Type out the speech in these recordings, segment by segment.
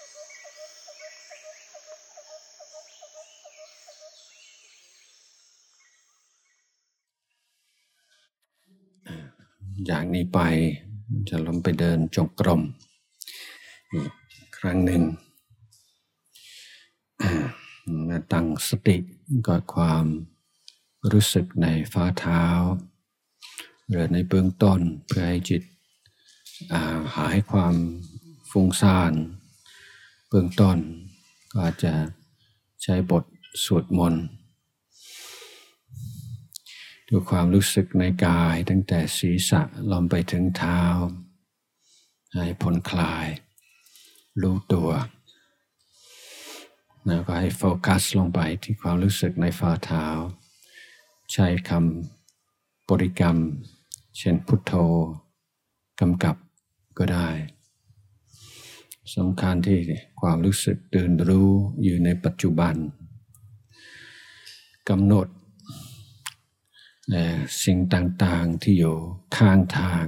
จากนี้ไปจะลงไปเดินจงกรมอีกครั้งหนึ่งมาตั้งสติกับความรู้สึกในฝ่าเท้าหรือในเบื้องต้นเพื่อให้จิตหายความฟุ้งซ่านเบื้องต้นก็อาจจะใช้บทสวดมนต์ดูความรู้สึกในกายตั้งแต่ศีรษะลงไปถึงเท้าให้ผ่อนคลายรู้ตัวแล้วก็ให้โฟกัสลงไปที่ความรู้สึกในฝ่าเท้าใช้คำบริกรรมเช่นพุทโธกำกับก็ได้สำคัญที่ความรู้สึกตื่นรู้อยู่ในปัจจุบันกำหนดสิ่งต่างๆที่อยู่ข้างทาง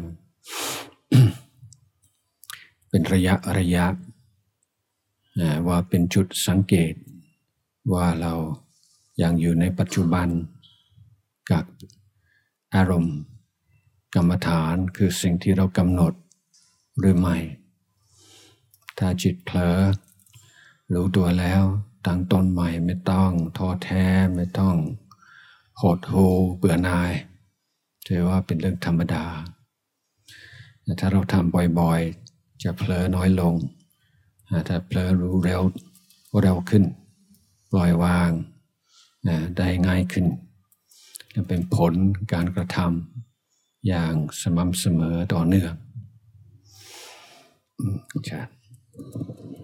เป็นระยะว่าเป็นจุดสังเกตว่าเรายังอยู่ในปัจจุบันกับอารมณ์กรรมฐานคือสิ่งที่เรากำหนดหรือไม่ถ้าจิตเผลอรู้ตัวแล้วตั้งต้นใหม่ไม่ต้องท้อแท้ไม่ต้องหดหู่เบื่อหน่ายถือว่าเป็นเรื่องธรรมดาแต่ถ้าเราทำบ่อยๆจะเผลอน้อยลงถ้าเผลอรู้เร็วขึ้นปล่อยวางได้ง่ายขึ้นจะเป็นผลการกระทำอย่างสม่ำเสมอต่อเนื่องใช่